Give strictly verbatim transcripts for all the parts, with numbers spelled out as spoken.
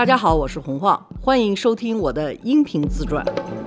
大家好，我是洪晃，欢迎收听我的音频自传。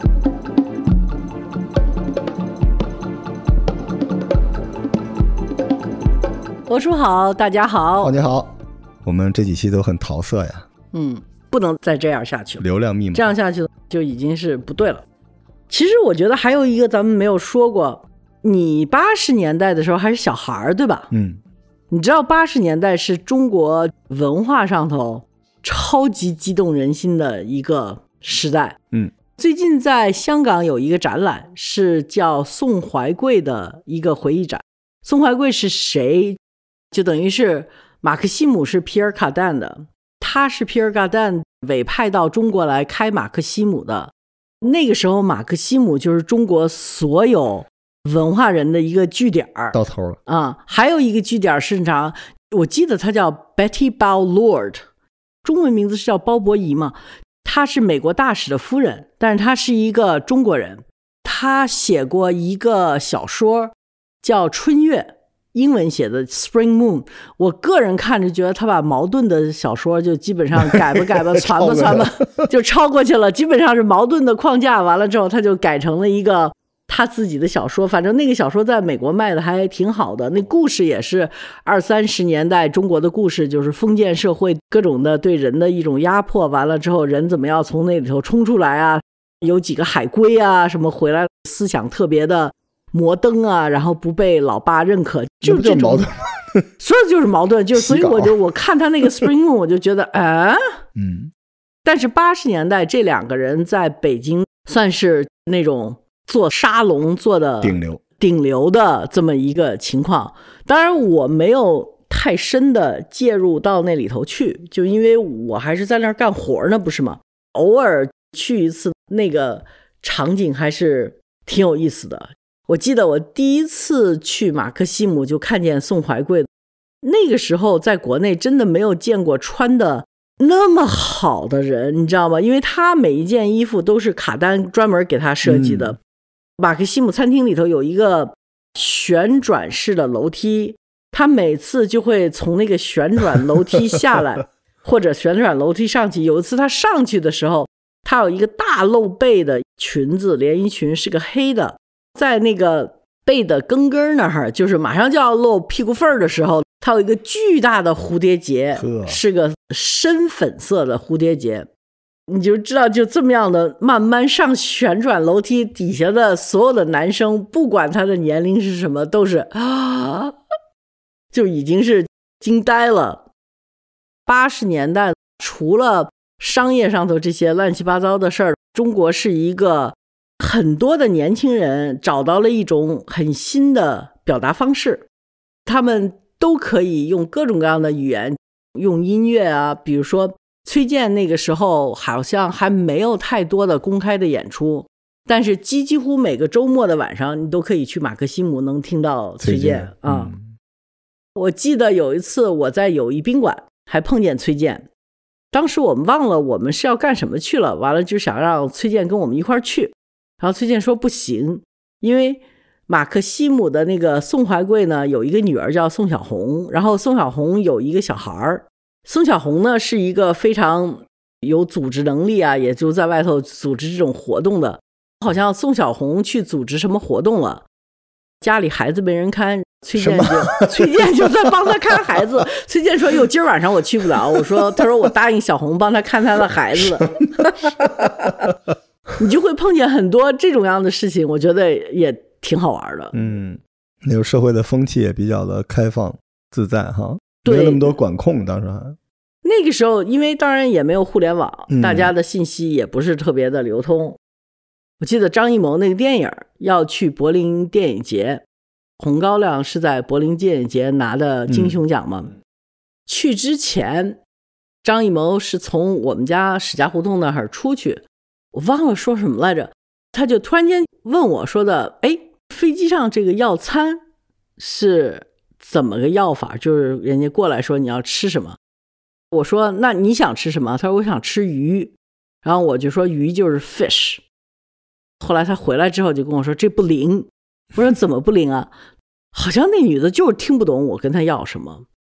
罗叔好，大家好。 哦，你好。我们这几期都很桃色呀。 嗯，不能再这样下去了， 流量密码， 这样下去就已经是不对了。其实我觉得还有一个咱们没有说过，你八十年代的时候还是小孩对吧？ 嗯， 你知道八十年代是中国文化上头超级激动人心的一个时代。 嗯， 最近在香港有一个展览，是叫宋怀贵的一个回忆展。宋怀贵是谁？就等于是马克西姆是皮尔卡丹的，他是皮尔卡丹委派到中国来开马克西姆的。那个时候马克西姆就是中国所有文化人的一个据点， 到头了啊、嗯！还有一个据点是啥？我记得他叫 Betty Bell Lord， 中文名字是叫鲍伯仪嘛。她是美国大使的夫人，但是她是一个中国人。她写过一个小说叫《春月》，英文写的 Spring Moon。我个人看着觉得他把矛盾的小说就基本上改吧改吧传吧传吧就超过去了，基本上是矛盾的框架，完了之后他就改成了一个他自己的小说。反正那个小说在美国卖的还挺好的，那故事也是二三十年代中国的故事，就是封建社会各种的对人的一种压迫，完了之后人怎么样从那里头冲出来啊，有几个海归啊什么回来，思想特别的摩登啊，然后不被老爸认可，就是这种说的就是矛盾。就所以我就我看他那个 Spring Moon 我就觉得啊， 嗯， 但是八十年代这两个人在北京算是那种做沙龙做的顶流顶流的这么一个情况。当然我没有太深的介入到那里头去，就因为我还是在那儿干活呢，不是吗？偶尔去一次，那个场景还是挺有意思的。我记得我第一次去马克西姆就看见宋怀贵，那个时候在国内真的没有见过穿的那么好的人，你知道吗？因为他每一件衣服都是卡丹专门给他设计的。嗯，马克西姆餐厅里头有一个旋转式的楼梯，他每次就会从那个旋转楼梯下来或者旋转楼梯上去。有一次他上去的时候，他有一个大露背的裙子，连衣裙是个黑的，在那个背的跟根那儿，就是马上就要露屁股缝的时候，他有一个巨大的蝴蝶结，是个深粉色的蝴蝶结。你就知道就这么样的慢慢上旋转楼梯，底下的所有的男生不管他的年龄是什么都是啊，就已经是惊呆了。八十年代除了商业上头这些乱七八糟的事儿，中国是一个很多的年轻人找到了一种很新的表达方式，他们都可以用各种各样的语言，用音乐啊，比如说崔健那个时候好像还没有太多的公开的演出，但是几几乎每个周末的晚上你都可以去马克西姆能听到崔健啊、嗯。我记得有一次我在友谊宾馆还碰见崔健，当时我们忘了我们是要干什么去了，完了就想让崔健跟我们一块去，然后崔健说不行，因为马克西姆的那个宋怀贵呢有一个女儿叫宋小红，然后宋小红有一个小孩，宋小红呢是一个非常有组织能力啊，也就在外头组织这种活动的。好像宋小红去组织什么活动了，家里孩子没人看，崔健就崔健就在帮他看孩子。崔健说：“哟，今儿晚上我去不了。”我说：“他说我答应小红帮他看他的孩子。”你就会碰见很多这种样的事情，我觉得也挺好玩的。 嗯，那个社会的风气也比较的开放自在哈。没有那么多管控，当时还那个时候因为当然也没有互联网、 嗯、 大家的信息也不是特别的流通。我记得张艺谋那个电影要去柏林电影节，红高粱是在柏林电影节拿的金熊奖嘛、嗯、去之前张艺谋是从我们家史家胡同那儿出去，我忘了说什么来着，他就突然间问我说的，哎，飞机上这个要餐是怎么个要法，就是人家过来说你要吃什么，我说那你想吃什么，他说我想吃鱼，然后我就说鱼就是 fish。 后来他回来之后就跟我说这不灵，我说怎么不灵啊，好像那女的就是听不懂我跟她要什么。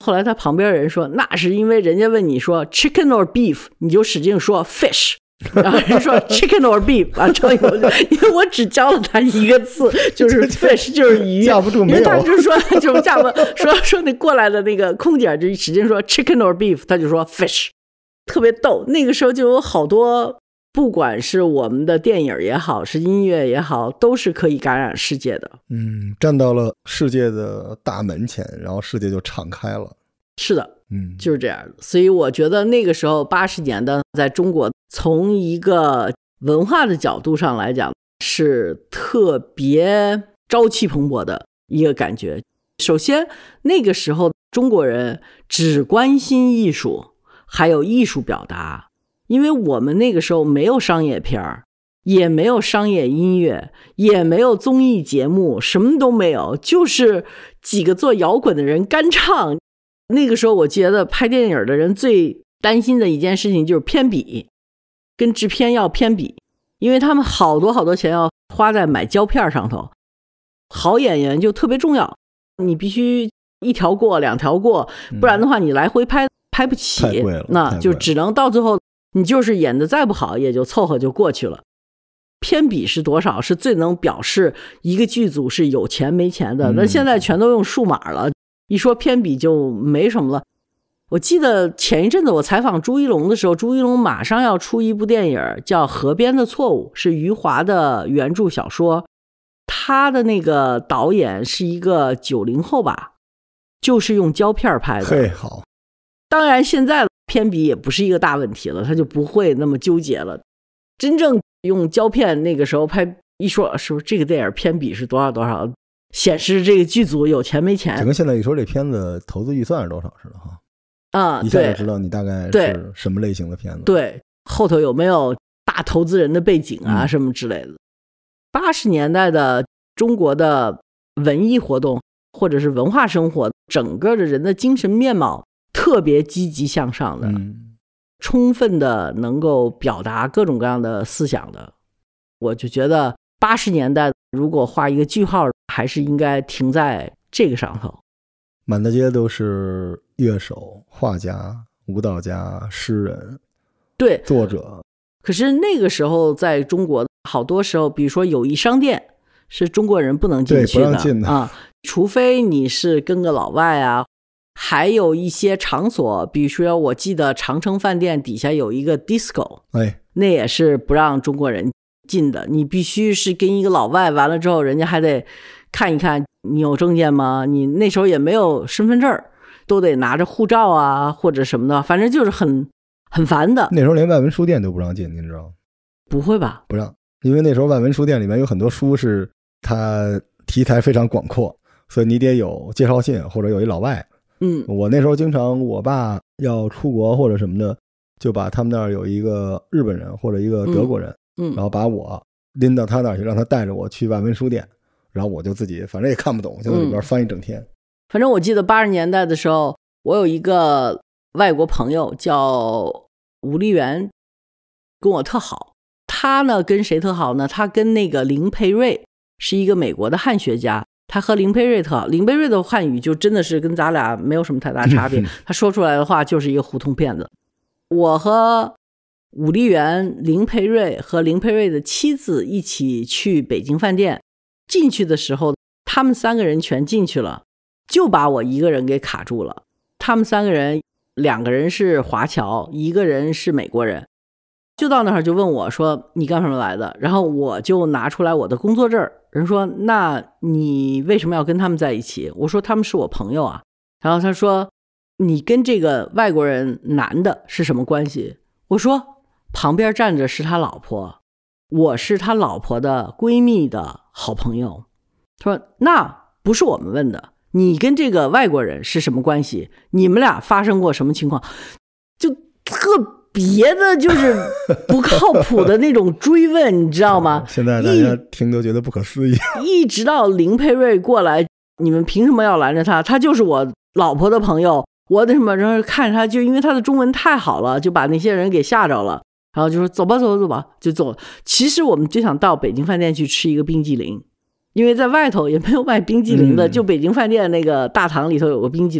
后来他旁边人说那是因为人家问你说 chicken or beef 你就使劲说 fish， 然后人说 chicken or beef 啊，张友因为我只教了他一个字就是 fish 就是鱼， 架不住没有， 因为他就说就架不说说那过来的那个空姐就使劲说 chicken or beef 他就说 fish， 特别逗。那个时候就有好多不管是我们的电影也好是音乐也好都是可以感染世界的。 嗯，站到了世界的大门前，然后世界就敞开了。 是的， 嗯， 就是这样的。所以我觉得那个时候八十年代在中国从一个文化的角度上来讲是特别朝气蓬勃的一个感觉。首先那个时候中国人只关心艺术还有艺术表达，因为我们那个时候没有商业片，也没有商业音乐，也没有综艺节目，什么都没有，就是几个做摇滚的人干唱。那个时候我觉得拍电影的人最担心的一件事情就是偏比，跟制片要偏比，因为他们好多好多钱要花在买胶片上头。好演员就特别重要，你必须一条过两条过，不然的话你来回拍拍不起， 太贵了， 那就只能到最后你就是演的再不好也就凑合就过去了。偏比是多少是最能表示一个剧组是有钱没钱的，那现在全都用数码了，一说偏比就没什么了。我记得前一阵子我采访朱一龙的时候，朱一龙马上要出一部电影叫《河边的错误》，是余华的原著小说，他的那个导演是一个九零后吧，就是用胶片拍的。 嘿，好。 当然现在偏比也不是一个大问题了，他就不会那么纠结了。真正用胶片那个时候拍，一说是不是这个电影偏比是多少多少，显示这个剧组有钱没钱。 就跟现在一说这片子投资预算是多少似的哈。 啊、嗯， 一下就知道你大概是什么类型的片子。 对，后头有没有大投资人的背景啊、嗯、什么之类的。八十年代的中国的文艺活动或者是文化生活，整个的人的精神面貌特别积极向上的、嗯、充分的能够表达各种各样的思想的。我就觉得八十年代如果画一个句号，还是应该停在这个上头。 满大街都是乐手、画家、舞蹈家、诗人， 对， 作者。 可是那个时候在中国好多时候，比如说友谊商店是中国人不能进去的， 对，不让进的啊，除非你是跟个老外啊。还有一些场所，比如说我记得长城饭店底下有一个 disco， 哎， 那也是不让中国人进的，你必须是跟一个老外，完了之后人家还得看一看你有证件吗？你那时候也没有身份证，都得拿着护照啊或者什么的，反正就是很很烦的。 那时候连外文书店都不让进，您知道吗？ 不会吧？ 不让，因为那时候外文书店里面有很多书是它题材非常广阔，所以你得有介绍信或者有一老外。 嗯， 我那时候经常我爸要出国或者什么的，就把他们那儿有一个日本人或者一个德国人， 嗯， 然后把我拎到他那儿去，让他带着我去外文书店，然后我就自己反正也看不懂，就在里边翻一整天。嗯、 反正我记得八十年代的时候，我有一个外国朋友叫吴丽媛，跟我特好。他呢跟谁特好呢？他跟那个林培瑞是一个美国的汉学家。他和林培瑞特好，林培瑞的汉语就真的是跟咱俩没有什么太大差别，他说出来的话就是一个胡同骗子。我和武丽媛、林培瑞和林培瑞的妻子一起去北京饭店，进去的时候他们三个人全进去了，就把我一个人给卡住了。他们三个人，两个人是华侨，一个人是美国人，就到那儿就问我说你干什么来的，然后我就拿出来我的工作证，人说那你为什么要跟他们在一起？我说他们是我朋友啊。然后他说你跟这个外国人男的是什么关系？我说旁边站着是他老婆，我是他老婆的闺蜜的好朋友。他说那不是我们问的，你跟这个外国人是什么关系？你们俩发生过什么情况？就特别的就是不靠谱的那种追问，你知道吗？ 现在大家听都觉得不可思议。 一直到林培瑞过来，你们凭什么要拦着他？他就是我老婆的朋友，我的什么？然后看着他，就因为他的中文太好了，就把那些人给吓着了，然后就说走吧走吧走吧，就走了。其实我们就想到北京饭店去吃一个冰激凌，因为在外头也没有卖冰激凌的，嗯、就北京饭店那个大堂里头有个冰激凌。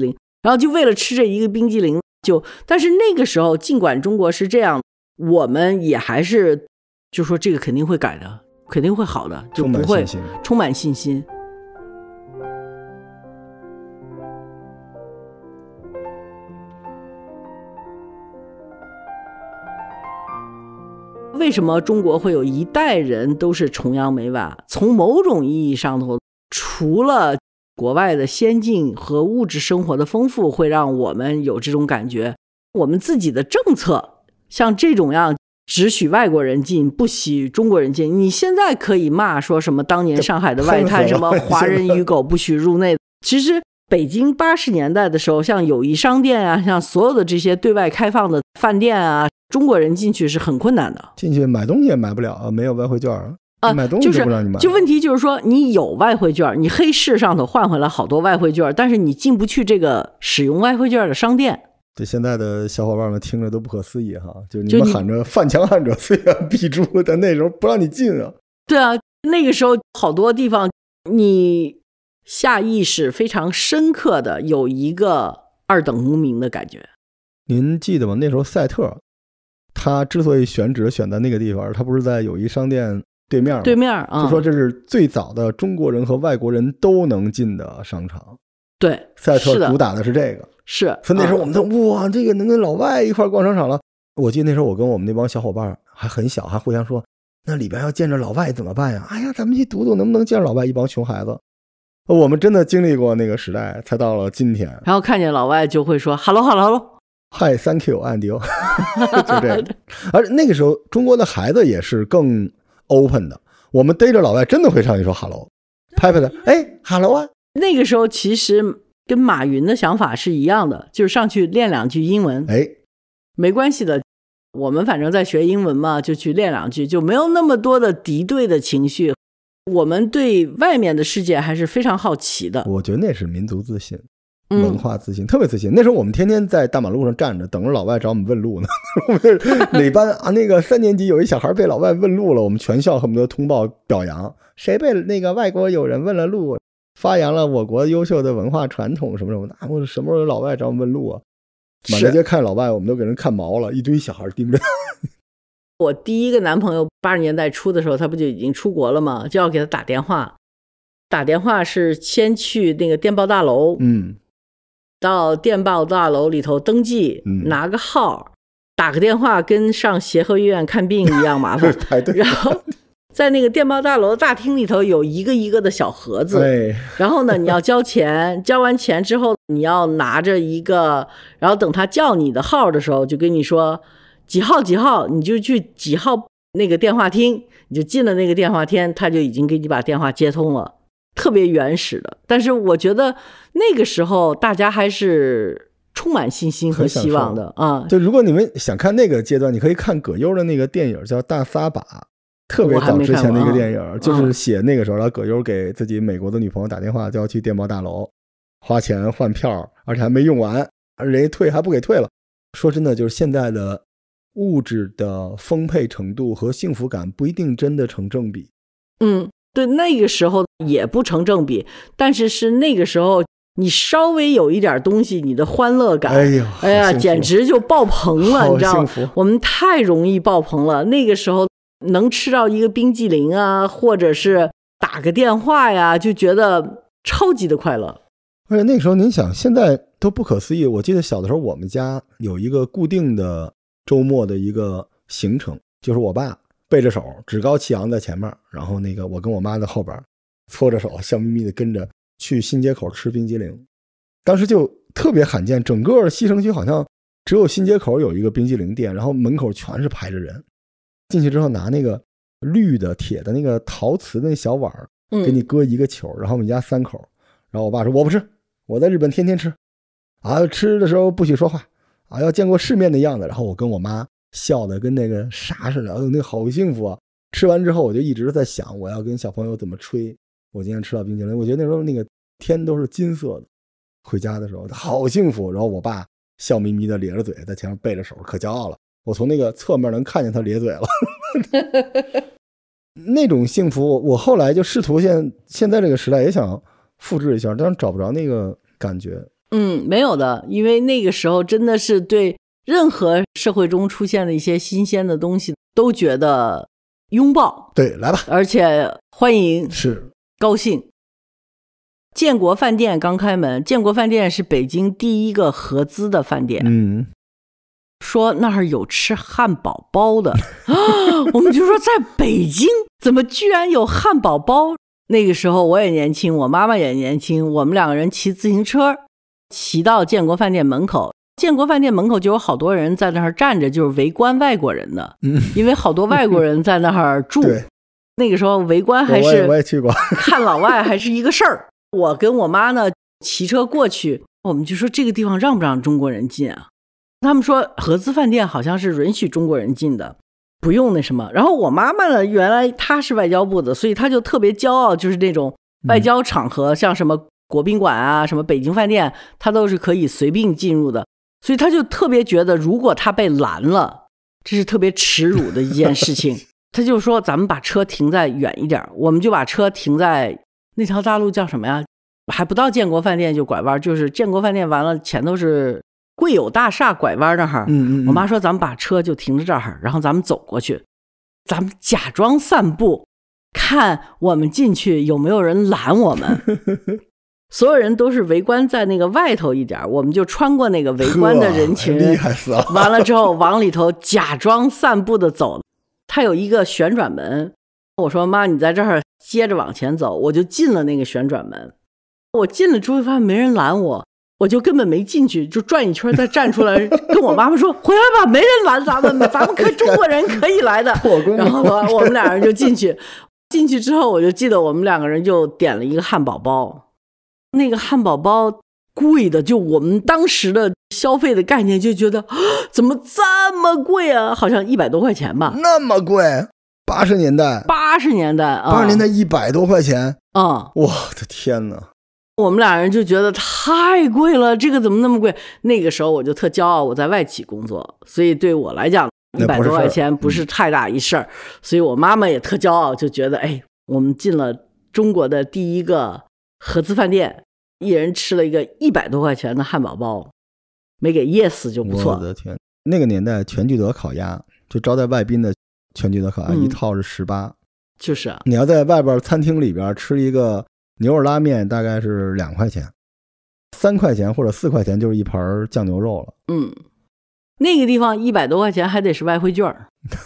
然后就为了吃这一个冰激凌，就但是那个时候尽管中国是这样，我们也还是就说这个肯定会改的，肯定会好的，就不会充满信心。为什么中国会有一代人都是崇洋媚外？从某种意义上头，除了国外的先进和物质生活的丰富会让我们有这种感觉，我们自己的政策像这种样只许外国人进不许中国人进，你现在可以骂说什么当年上海的外滩什么华人与狗不许入内，其实北京八十年代的时候，像友谊商店啊，像所有的这些对外开放的饭店啊，中国人进去是很困难的， 进去买东西也买不了，没有外汇券啊，买东西都不让你买。 就问题就是说，你有外汇券，你黑市上头换回来好多外汇券，但是你进不去这个使用外汇券的商店。 对现在的小伙伴们听着都不可思议哈，就你们喊着犯强汉者虽远必诛，但那时候不让你进啊。 对啊，那个时候好多地方你下意识非常深刻的有一个二等公民的感觉。 您记得吗？那时候赛特他之所以选址选在那个地方，他不是在友谊商店对面吗？ 对面、嗯、 就说这是最早的中国人和外国人都能进的商场。 对， 赛特主打的是这个， 是。 所以那时候我们都、嗯、哇，这个能跟老外一块逛商场了。我记得那时候我跟我们那帮小伙伴还很小，还互相说，那里边要见着老外怎么办呀？哎呀，咱们去读读能不能见着老外。一帮熊孩子，我们真的经历过那个时代，才到了今天。 然后看见老外就会说 hello hello hello Hi thank you and you 就这样。而那个时候中国的孩子也是更 open 的，我们逮着老外真的会上去说 hello， 拍拍他，哎 hello 啊。 那个时候其实跟马云的想法是一样的，就是上去练两句英文， 哎， 没关系的，我们反正在学英文嘛，就去练两句，就没有那么多的敌对的情绪。我们对外面的世界还是非常好奇的。 我觉得那是民族自信，文化自信、嗯、特别自信。那时候我们天天在大马路上站着，等着老外找我们问路呢。哪班啊？那个三年级有一小孩被老外问路了，我们全校恨不得通报表扬，谁被那个外国友人问了路，发扬了我国优秀的文化传统什么什么的。我什么时候有老外找我们问路啊？满大街看老外，我们都给人看毛了，一堆小孩盯着。 我第一个男朋友八十年代初的时候，他不就已经出国了吗？就要给他打电话，打电话是先去那个电报大楼， 嗯， 到电报大楼里头登记， 嗯、 拿个号，打个电话，跟上协和医院看病一样麻烦。 排队。 然后在那个电报大楼的大厅里头有一个一个的小盒子，然后呢你要交钱，交完钱之后你要拿着一个，然后等他叫你的号的时候就跟你说几号几号，你就去几号那个电话厅，你就进了那个电话厅，他就已经给你把电话接通了，特别原始的。但是我觉得那个时候大家还是充满信心和希望的啊。 就如果你们想看那个阶段，你可以看葛优的那个电影叫《大撒把》，特别早之前的一个电影，啊、就是写那个时候，然后葛优给自己美国的女朋友打电话，就要去电报大楼花钱换票，而且还没用完，人家退还不给退了。说真的，就是现在的物质的丰沛程度和幸福感不一定真的成正比。 嗯，对，那个时候也不成正比，但是是那个时候你稍微有一点东西，你的欢乐感， 哎呀， 哎呀，简直就爆棚了，你知道吗？我们太容易爆棚了。那个时候能吃到一个冰激凌啊，或者是打个电话呀，就觉得超级的快乐。 而且那个时候您想，现在都不可思议。我记得小的时候我们家有一个固定的周末的一个行程，就是我爸背着手趾高气扬在前面，然后那个我跟我妈在后边搓着手笑眯眯的跟着去新街口吃冰激凌。当时就特别罕见，整个西城区好像只有新街口有一个冰激凌店，然后门口全是排着人。进去之后拿那个绿的铁的那个陶瓷的那小碗给你搁一个球、嗯、然后我们家三口，然后我爸说我不吃，我在日本天天吃啊，吃的时候不许说话啊，要见过世面的样子。然后我跟我妈笑的跟那个啥似的，哎呦那好幸福啊。吃完之后我就一直在想，我要跟小朋友怎么吹我今天吃到冰淇淋。我觉得那时候那个天都是金色的，回家的时候好幸福。然后我爸笑眯眯的咧着嘴在前面背着手，可骄傲了，我从那个侧面能看见他咧嘴了。那种幸福我后来就试图现现在这个时代也想复制一下，但是找不着那个感觉。 嗯，没有的，因为那个时候真的是对任何社会中出现的一些新鲜的东西都觉得拥抱， 对，来吧， 而且欢迎， 是高兴。建国饭店刚开门，建国饭店是北京第一个合资的饭店， 嗯， 说那儿有吃汉堡包的我们就说在北京怎么居然有汉堡包。那个时候我也年轻，我妈妈也年轻，我们两个人骑自行车骑到建国饭店门口，建国饭店门口就有好多人在那儿站着，就是围观外国人的， 嗯， 因为好多外国人在那儿住对， 那个时候围观还是我也去过看老外还是一个事儿我跟我妈呢骑车过去，我们就说这个地方让不让中国人进啊？他们说合资饭店好像是允许中国人进的，不用那什么。然后我妈妈呢，原来她是外交部的，所以她就特别骄傲，就是那种外交场合，嗯、像什么国宾馆啊、什么北京饭店，她都是可以随便进入的。所以她就特别觉得，如果她被拦了，这是特别耻辱的一件事情。她就说：“咱们把车停在远一点。”我们就把车停在那条大路叫什么呀？还不到建国饭店就拐弯，就是建国饭店完了前头是贵友大厦拐弯那儿。 嗯嗯， 我妈说咱们把车就停在这儿，然后咱们走过去，咱们假装散步，看我们进去有没有人拦我们。所有人都是围观在那个外头一点，我们就穿过那个围观的人群， 厉害死了。 完了之后往里头假装散步的走，它有一个旋转门。我说妈，你在这儿接着往前走，我就进了那个旋转门。我进了之后发现没人拦我，我就根本没进去，就转一圈再站出来跟我妈妈说回来吧，没人拦咱们，咱们可中国人可以来的。然后我们俩人就进去，进去之后我就记得我们两个人就点了一个汉堡包，那个汉堡包贵的，就我们当时的消费的概念就觉得怎么这么贵啊，好像一百多块钱吧。 那么贵？八十年代， 八十年代， 八十年代一百多块钱， 嗯， 我的天哪！ 我们俩人就觉得太贵了，这个怎么那么贵？那个时候我就特骄傲，我在外企工作，所以对我来讲，一百多块钱不是太大一事儿。嗯、所以我妈妈也特骄傲，就觉得哎，我们进了中国的第一个合资饭店，一人吃了一个一百多块钱的汉堡包，没给噎死就不错。 我的天，那个年代全聚德烤鸭，就招待外宾的。全聚德烤鸭、嗯、一套是十八， 就是啊。 你要在外边餐厅里边吃一个牛肉拉面，大概是两块钱，三块钱或者四块钱就是一盘酱牛肉了。 嗯，那个地方一百多块钱还得是外汇券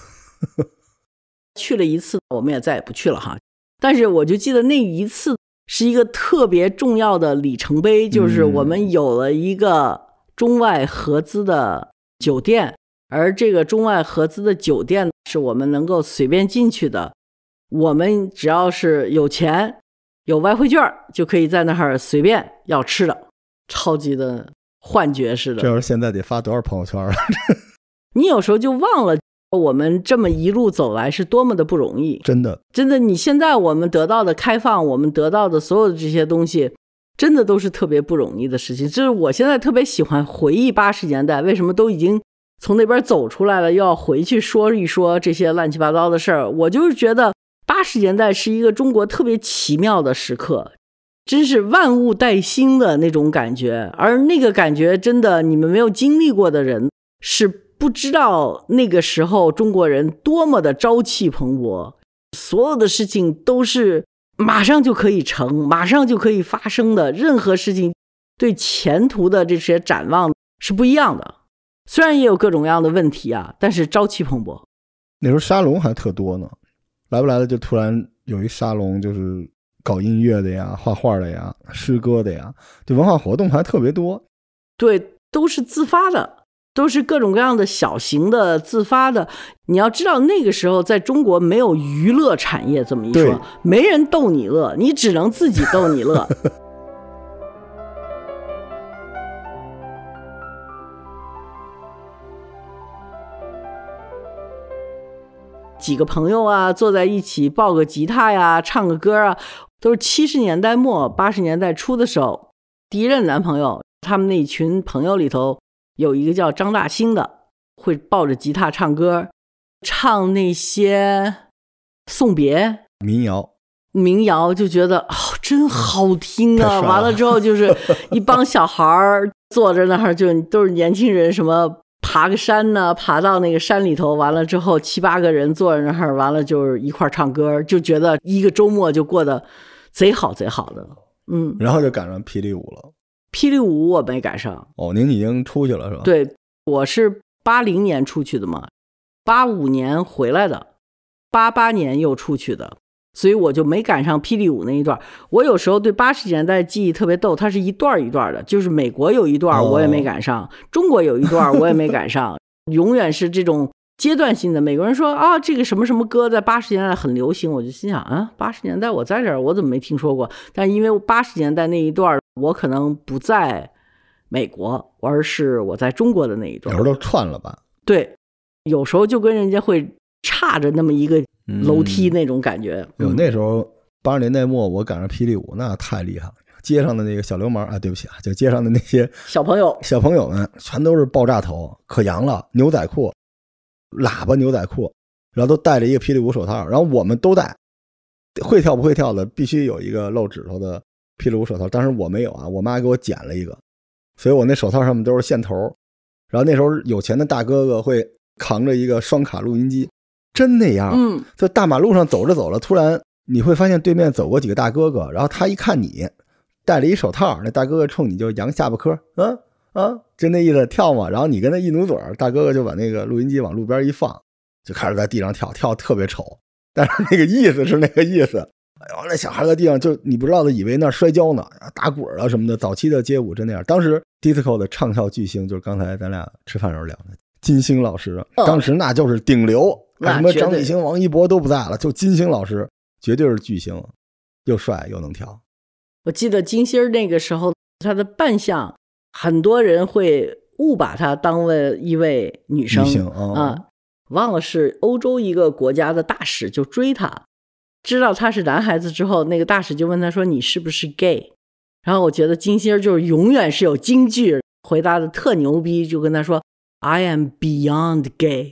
去了一次，我们也再也不去了哈。但是我就记得那一次是一个特别重要的里程碑，就是我们有了一个中外合资的酒店。而这个中外合资的酒店是我们能够随便进去的，我们只要是有钱有外汇券就可以在那儿随便要吃的，超级的幻觉似的。 这要是现在得发多少朋友圈啊你有时候就忘了我们这么一路走来是多么的不容易。 真的真的，你现在我们得到的开放，我们得到的所有的这些东西真的都是特别不容易的事情。就是我现在特别喜欢回忆八十年代，为什么都已经从那边走出来了，又要回去说一说这些乱七八糟的事儿。我就是觉得八十年代是一个中国特别奇妙的时刻，真是万物待兴的那种感觉。而那个感觉真的，你们没有经历过的人是不知道那个时候中国人多么的朝气蓬勃，所有的事情都是马上就可以成，马上就可以发生的，任何事情对前途的这些展望是不一样的。虽然也有各种各样的问题啊，但是朝气蓬勃。 那时候沙龙还特多呢，来不来的就突然有一沙龙，就是搞音乐的呀、画画的呀、诗歌的呀，就文化活动还特别多。 对，都是自发的，都是各种各样的小型的自发的。你要知道那个时候在中国没有娱乐产业这么一说，没人逗你乐，你只能自己逗你乐几个朋友啊，坐在一起抱个吉他呀，唱个歌啊，都是七十年代末八十年代初的时候。第一任男朋友他们那群朋友里头有一个叫张大兴的，会抱着吉他唱歌，唱那些送别民谣。 民谣，就觉得哦，真好听啊！完了之后就是一帮小孩儿坐着那儿，就都是年轻人，什么爬个山呢，爬到那个山里头，完了之后七八个人坐在那儿，完了就是一块唱歌，就觉得一个周末就过得贼好贼好的。嗯， 然后就赶上霹雳舞了。 霹雳舞我没赶上。 哦，您已经出去了是吧？ 对，我是八零年出去的嘛，八五年回来的，八八年又出去的。所以我就没赶上霹雳舞那一段。我有时候对八十年代记忆特别逗，它是一段一段的，就是美国有一段我也没赶上，哦、中国有一段我也没赶上，永远是这种阶段性的。美国人说啊，这个什么什么歌在八十年代很流行，我就心想啊，八十年代我在这儿，我怎么没听说过？但因为八十年代那一段我可能不在美国，而是我在中国的那一段， 有时候都串了吧？ 对，有时候就跟人家会差着那么一个楼梯那种感觉。 有、嗯、那时候八十年代末我赶上霹雳舞，那太厉害了。街上的那个小流氓啊，对不起啊，就街上的那些小朋友小朋友们全都是爆炸头，可洋了，牛仔裤，喇叭牛仔裤，然后都戴着一个霹雳舞手套，然后我们都戴，会跳不会跳的必须有一个露指头的霹雳舞手套，当时我没有啊，我妈给我剪了一个，所以我那手套上面都是线头。然后那时候有钱的大哥哥会扛着一个双卡录音机，真那样。 嗯， 在大马路上走着走着，突然你会发现对面走过几个大哥哥，然后他一看你戴了一手套，那大哥哥冲你就扬下巴颏，啊啊，就那意思跳嘛。然后你跟他一努嘴，大哥哥就把那个录音机往路边一放，就开始在地上跳，跳特别丑，但是那个意思是那个意思。哎呦，那小孩在地上就你不知道的以为那摔跤呢，打滚啊什么的。早期的街舞真那样。当时 disco 的唱跳巨星就是刚才咱俩吃饭时候聊的金星老师，当时那就是顶流，哦、什么张艺兴、王一博都不在了，就金星老师绝对是巨星，又帅又能跳。 我记得金星那个时候他的扮相，很多人会误把他当为一位女生， 女性、哦、 啊，忘了是欧洲一个国家的大使就追他。知道他是男孩子之后，那个大使就问他说你是不是 gay， 然后我觉得金星就是永远是有金句回答的特牛逼，就跟他说 I am beyond gay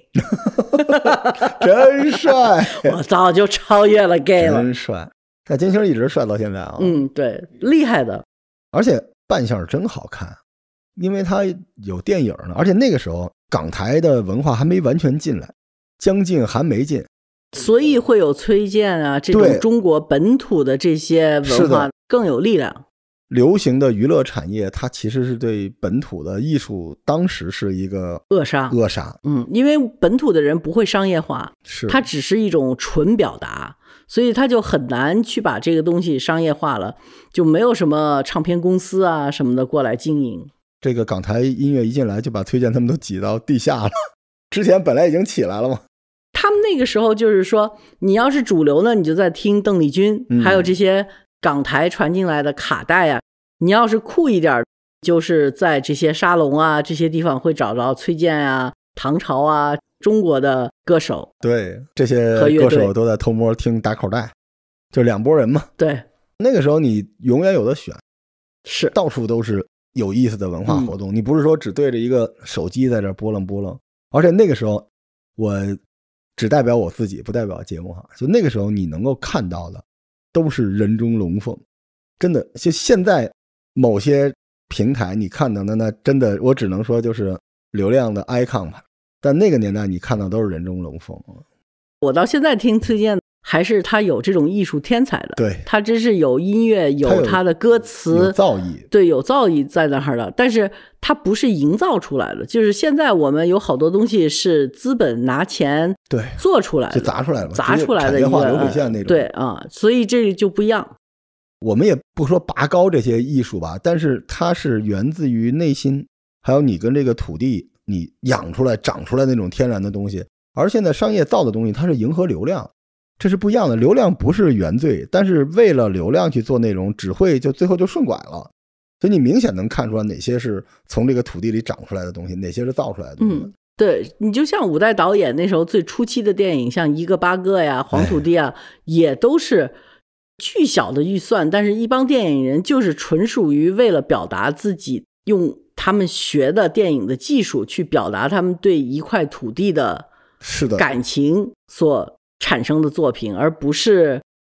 真帅我早就超越了 gay 了， 真帅。但金星一直帅到现在啊。 嗯，对，厉害的。 而且扮相真好看，因为他有电影呢，而且那个时候港台的文化还没完全进来，将近还没进， 所以会有崔健啊这种中国本土的这些文化更有力量。 流行的娱乐产业它其实是对本土的艺术当时是一个扼杀扼杀。 嗯，因为本土的人不会商业化， 是它只是一种纯表达，所以他就很难去把这个东西商业化了，就没有什么唱片公司啊什么的过来经营。 这个港台音乐一进来就把崔健他们都挤到地下了，之前本来已经起来了嘛。 他们那个时候就是说你要是主流呢你就在听邓丽君、嗯、还有这些港台传进来的卡带啊，你要是酷一点就是在这些沙龙啊这些地方会找到崔健啊唐朝啊中国的歌手。 对，这些歌手都在偷摸听打口袋，就两拨人嘛。 对， 那个时候你永远有的选， 是到处都是有意思的文化活动、嗯、你不是说只对着一个手机在这拨楞拨楞。而且那个时候我只代表我自己不代表节目哈，就那个时候你能够看到的都是人中龙凤，真的。就现在某些平台你看到的那真的我只能说就是流量的 icon 吧，但那个年代你看到都是人中龙凤。 我到现在听崔健还是他有这种艺术天才的， 对， 他真是有音乐有他的歌词， 有造诣， 对，有造诣在那儿的，但是他不是营造出来的，就是现在我们有好多东西是资本拿钱对做出来的， 就砸出来了， 砸出来的一个流水线那种， 对啊，所以这就不一样。 我们也不说拔高这些艺术吧，但是它是源自于内心，还有你跟这个土地你养出来长出来那种天然的东西。而现在商业造的东西它是迎合流量，这是不一样的。流量不是原罪，但是为了流量去做内容只会就最后就顺拐了。所以你明显能看出来哪些是从这个土地里长出来的东西，哪些是造出来的东西。 嗯，对，你就像五代导演那时候最初期的电影，像一个八个呀黄土地啊、哎、也都是巨小的预算，但是一帮电影人就是纯属于为了表达自己，用他们学的电影的技术去表达他们对一块土地的是的感情所产生的作品，而不是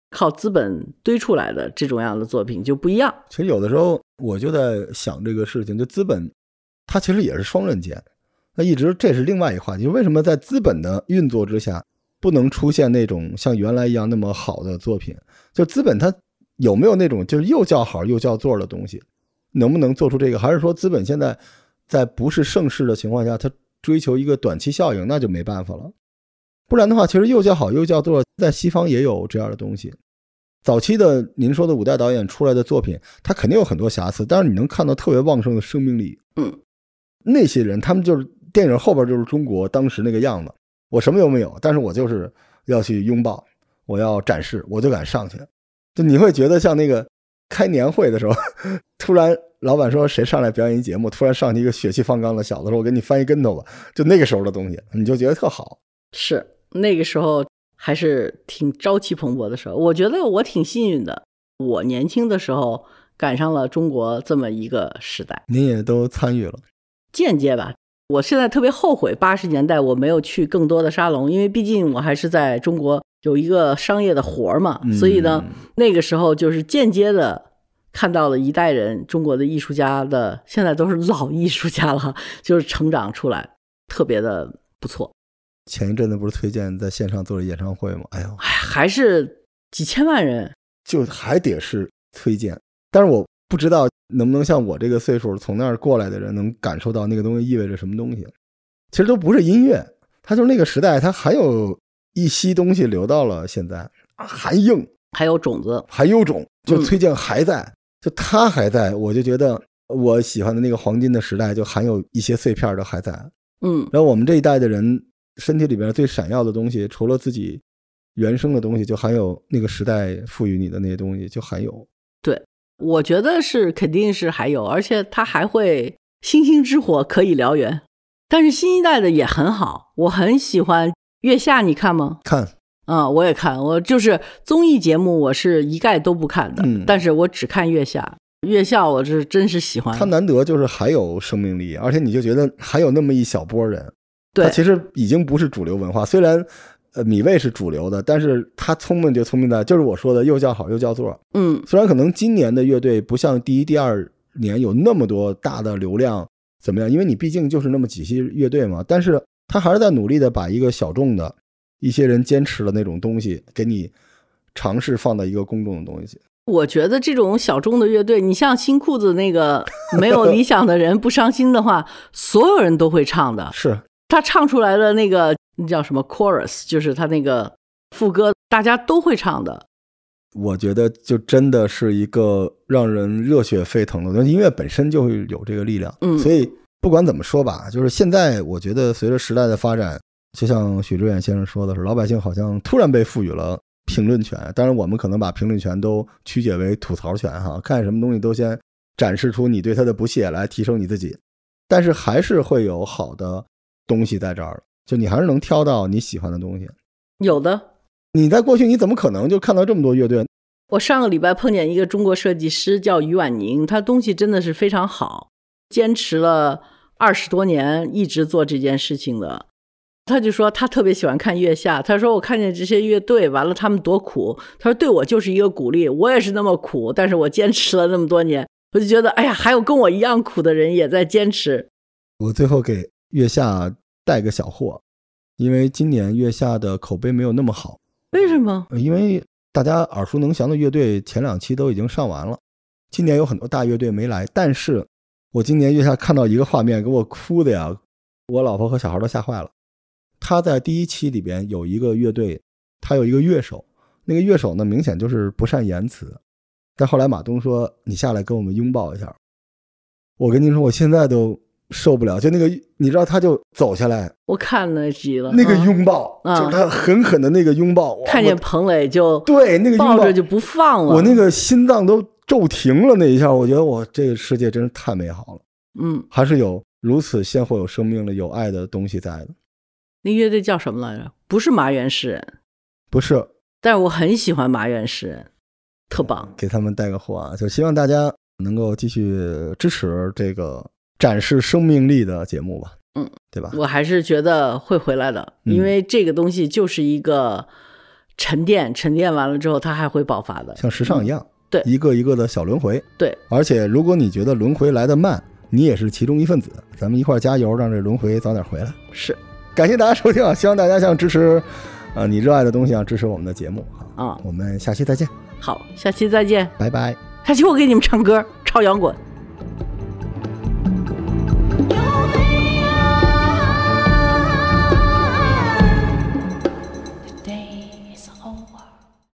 靠资本堆出来的这种样的作品就不一样。 其实有的时候我就在想这个事情，就资本它其实也是双刃剑。那一直这是另外一个话题，为什么在资本的运作之下不能出现那种像原来一样那么好的作品？就资本它有没有那种就是又叫好又叫座的东西，能不能做出这个？还是说资本现在在不是盛世的情况下，它追求一个短期效应，那就没办法了。不然的话，其实又叫好又叫座在西方也有这样的东西。早期的您说的五代导演出来的作品，他肯定有很多瑕疵，但是你能看到特别旺盛的生命力。 嗯， 那些人他们就是电影后边就是中国当时那个样子，我什么都没有，但是我就是要去拥抱，我要展示，我就敢上去。就你会觉得像那个开年会的时候，突然老板说谁上来表演一节目，突然上去一个血气方刚的小子说我给你翻一跟头吧，就那个时候的东西你就觉得特好。 是那个时候还是挺朝气蓬勃的时候，我觉得我挺幸运的，我年轻的时候赶上了中国这么一个时代。 您也都参与了？ 间接吧。我现在特别后悔八十年代我没有去更多的沙龙，因为毕竟我还是在中国有一个商业的活嘛、嗯、所以呢那个时候就是间接的看到了一代人中国的艺术家的，现在都是老艺术家了，就是成长出来，特别的不错。 前一阵子不是推荐在线上做了演唱会吗？哎呦， 还是几千万人， 就还得是推荐。但是我不知道能不能像我这个岁数从那儿过来的人能感受到那个东西意味着什么东西。其实都不是音乐，它就是那个时代它还有一些东西留到了现在，还硬， 还有种子， 还有种，就崔健还在、嗯、就他还在，我就觉得我喜欢的那个黄金的时代就含有一些碎片的还在。 嗯， 然后我们这一代的人身体里边最闪耀的东西，除了自己原生的东西，就还有那个时代赋予你的那些东西，就还有。 对，我觉得是肯定是还有，而且它还会星星之火可以燎原。但是新一代的也很好，我很喜欢月下，你看吗？ 看啊、嗯，我也看，我就是综艺节目我是一概都不看的、嗯、但是我只看月下。月下我是真是喜欢， 他难得就是还有生命力，而且你就觉得还有那么一小波人。 对， 他其实已经不是主流文化，虽然呃米未是主流的，但是他聪明就聪明在就是我说的又叫好又叫座。 嗯， 虽然可能今年的乐队不像第一第二年有那么多大的流量怎么样，因为你毕竟就是那么几期乐队嘛，但是他还是在努力的把一个小众的一些人坚持的那种东西给你尝试放到一个公众的东西。 我觉得这种小众的乐队，你像新裤子那个没有理想的人不伤心的话所有人都会唱的。 是他唱出来的那个叫什么 chorus， 就是他那个副歌大家都会唱的。 我觉得就真的是一个让人热血沸腾的，音乐本身就会有这个力量。 嗯， 所以不管怎么说吧，就是现在我觉得随着时代的发展，就像许知远先生说的是，老百姓好像突然被赋予了评论权。当然我们可能把评论权都曲解为吐槽权哈，看什么东西都先展示出你对他的不屑来提升你自己，但是还是会有好的东西在这儿，就你还是能挑到你喜欢的东西。 有的， 你在过去你怎么可能就看到这么多乐队？ 我上个礼拜碰见一个中国设计师叫于婉宁，他东西真的是非常好，坚持了二十多年一直做这件事情的。他就说他特别喜欢看月下，他说我看见这些乐队完了他们多苦，他说对我就是一个鼓励，我也是那么苦，但是我坚持了那么多年，我就觉得哎呀，还有跟我一样苦的人也在坚持。 我最后给月下带个小货，因为今年月下的口碑没有那么好。 为什么？ 因为大家耳熟能详的乐队前两期都已经上完了，今年有很多大乐队没来，但是我今年月下看到一个画面给我哭的呀，我老婆和小孩都吓坏了。他在第一期里边有一个乐队，他有一个乐手，那个乐手呢明显就是不善言辞，但后来马东说你下来跟我们拥抱一下，我跟您说我现在都受不了，就那个你知道他就走下来， 我看那集了， 那个拥抱、嗯、就是他狠狠的那个拥抱、 嗯、看见彭磊就对那个拥抱抱着就不放了， 我那个心脏都骤停了那一下，我觉得我这个世界真是太美好了。 嗯， 还是有如此鲜活有生命的有爱的东西在的。 那乐队叫什么来着？不是麻原诗人， 不是， 但是我很喜欢麻原诗人，特棒。 给他们带个货啊，就希望大家能够继续支持这个展示生命力的节目吧。 嗯， 对吧？ 我还是觉得会回来的，因为这个东西就是一个沉淀，沉淀完了之后它还会爆发的， 像时尚一样、嗯、 对， 一个一个的小轮回。 对， 而且如果你觉得轮回来得慢，你也是其中一份子，咱们一块加油，让这轮回早点回来。 是， 感谢大家收听啊，希望大家像支持呃你热爱的东西啊，支持我们的节目啊。我们下期再见。 好，下期再见， 拜拜。 下期我给你们唱歌，超摇滚。